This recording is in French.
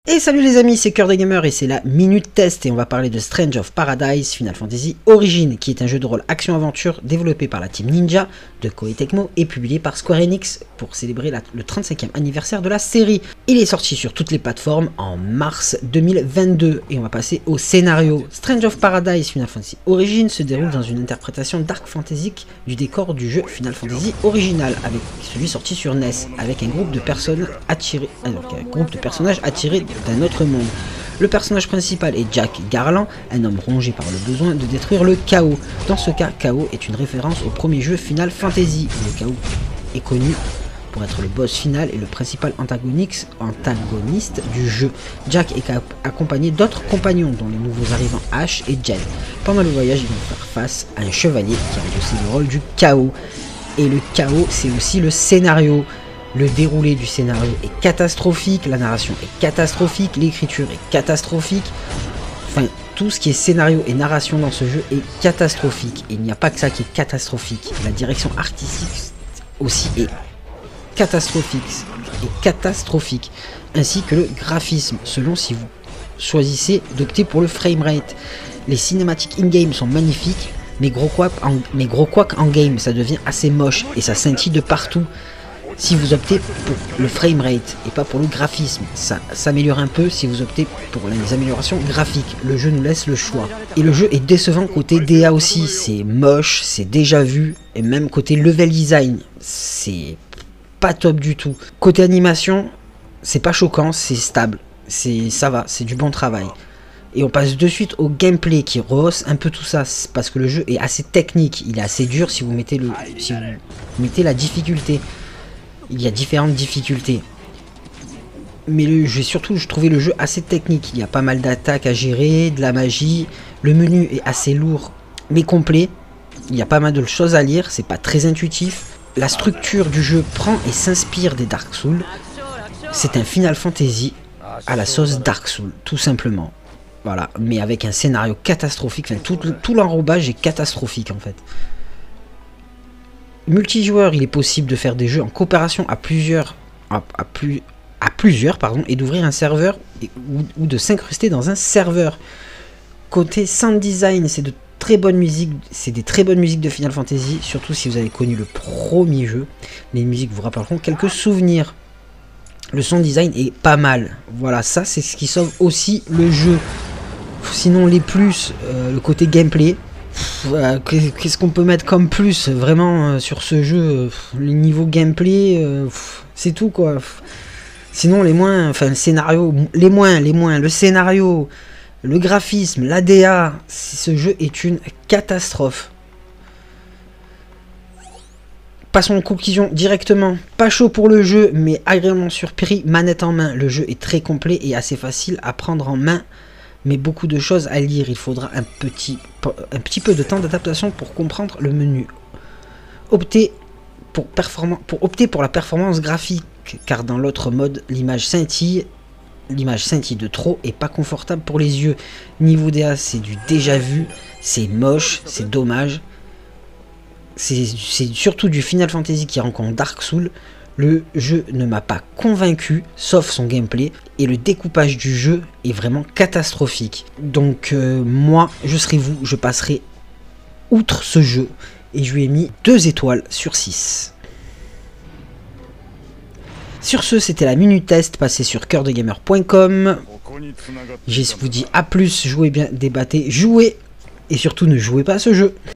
Et salut les amis, c'est Cœur des Gamers et c'est la Minute Test et on va parler de Strange of Paradise Final Fantasy Origin qui est un jeu de rôle action-aventure développé par la team Ninja de Koei Tecmo et publié par Square Enix pour célébrer le 35e anniversaire de la série. Il est sorti sur toutes les plateformes en mars 2022 et on va passer au scénario. Strange of Paradise Final Fantasy Origin se déroule dans une interprétation dark fantasy du décor du jeu Final Fantasy original avec celui sorti sur NES avec un groupe de personnages attirés d'un autre monde. Le personnage principal est Jack Garland, un homme rongé par le besoin de détruire le chaos. Dans ce cas, Chaos est une référence au premier jeu Final Fantasy. Le chaos est connu pour être le boss final et le principal antagoniste du jeu. Jack est accompagné d'autres compagnons dont les nouveaux arrivants Ash et Jen. Pendant le voyage, ils vont faire face à un chevalier qui a endossé le rôle du chaos. Et le chaos, c'est aussi le scénario. Le déroulé du scénario est catastrophique, la narration est catastrophique, l'écriture est catastrophique. Enfin, tout ce qui est scénario et narration dans ce jeu est catastrophique. Et il n'y a pas que ça qui est catastrophique. La direction artistique aussi est catastrophique. Ainsi que le graphisme, selon si vous choisissez d'opter pour le framerate. Les cinématiques in-game sont magnifiques, mais gros couac en game, ça devient assez moche et ça scintille de partout. Si vous optez pour le framerate et pas pour le graphisme, ça s'améliore un peu si vous optez pour les améliorations graphiques. Le jeu nous laisse le choix. Et le jeu est décevant côté DA aussi, c'est moche, c'est déjà vu, et même côté level design, c'est pas top du tout. Côté animation, c'est pas choquant, c'est stable, ça va, c'est du bon travail. Et on passe de suite au gameplay qui rehausse un peu tout ça, parce que le jeu est assez technique, il est assez dur si vous mettez la difficulté. Il y a différentes difficultés. Mais j'ai surtout trouvé le jeu assez technique. Il y a pas mal d'attaques à gérer, de la magie. Le menu est assez lourd, mais complet. Il y a pas mal de choses à lire, c'est pas très intuitif. La structure du jeu prend et s'inspire des Dark Souls. C'est un Final Fantasy à la sauce Dark Souls, tout simplement. Voilà, mais avec un scénario catastrophique. Enfin, tout l'enrobage est catastrophique en fait. Multijoueur, il est possible de faire des jeux en coopération à plusieurs et d'ouvrir un serveur ou de s'incruster dans un serveur. Côté sound design, c'est des très bonnes musiques de Final Fantasy, surtout si vous avez connu le premier jeu. Les musiques vous rappelleront quelques souvenirs. Le sound design est pas mal. Voilà, ça c'est ce qui sauve aussi le jeu. Sinon les plus, le côté gameplay. Qu'est-ce qu'on peut mettre comme plus vraiment sur ce jeu, le niveau gameplay, c'est tout quoi. Sinon les moins, enfin le scénario, le scénario, le graphisme, l'ADA, ce jeu est une catastrophe. Passons aux conclusions directement. Pas chaud pour le jeu, mais agréablement surpris, manette en main. Le jeu est très complet et assez facile à prendre en main. Mais beaucoup de choses à lire, il faudra un petit peu de temps d'adaptation pour comprendre le menu. Optez pour la performance graphique, car dans l'autre mode, l'image scintille de trop et pas confortable pour les yeux. Niveau DA, c'est du déjà vu, c'est moche, c'est dommage. C'est surtout du Final Fantasy qui rencontre Dark Souls. Le jeu ne m'a pas convaincu, sauf son gameplay, et le découpage du jeu est vraiment catastrophique. Donc moi, je serai vous, je passerai outre ce jeu, et je lui ai mis 2 étoiles sur 6. Sur ce, c'était la Minute Test, passez sur coeurdegamer.com. Je vous dis à plus, jouez bien, débattez, jouez, et surtout ne jouez pas à ce jeu.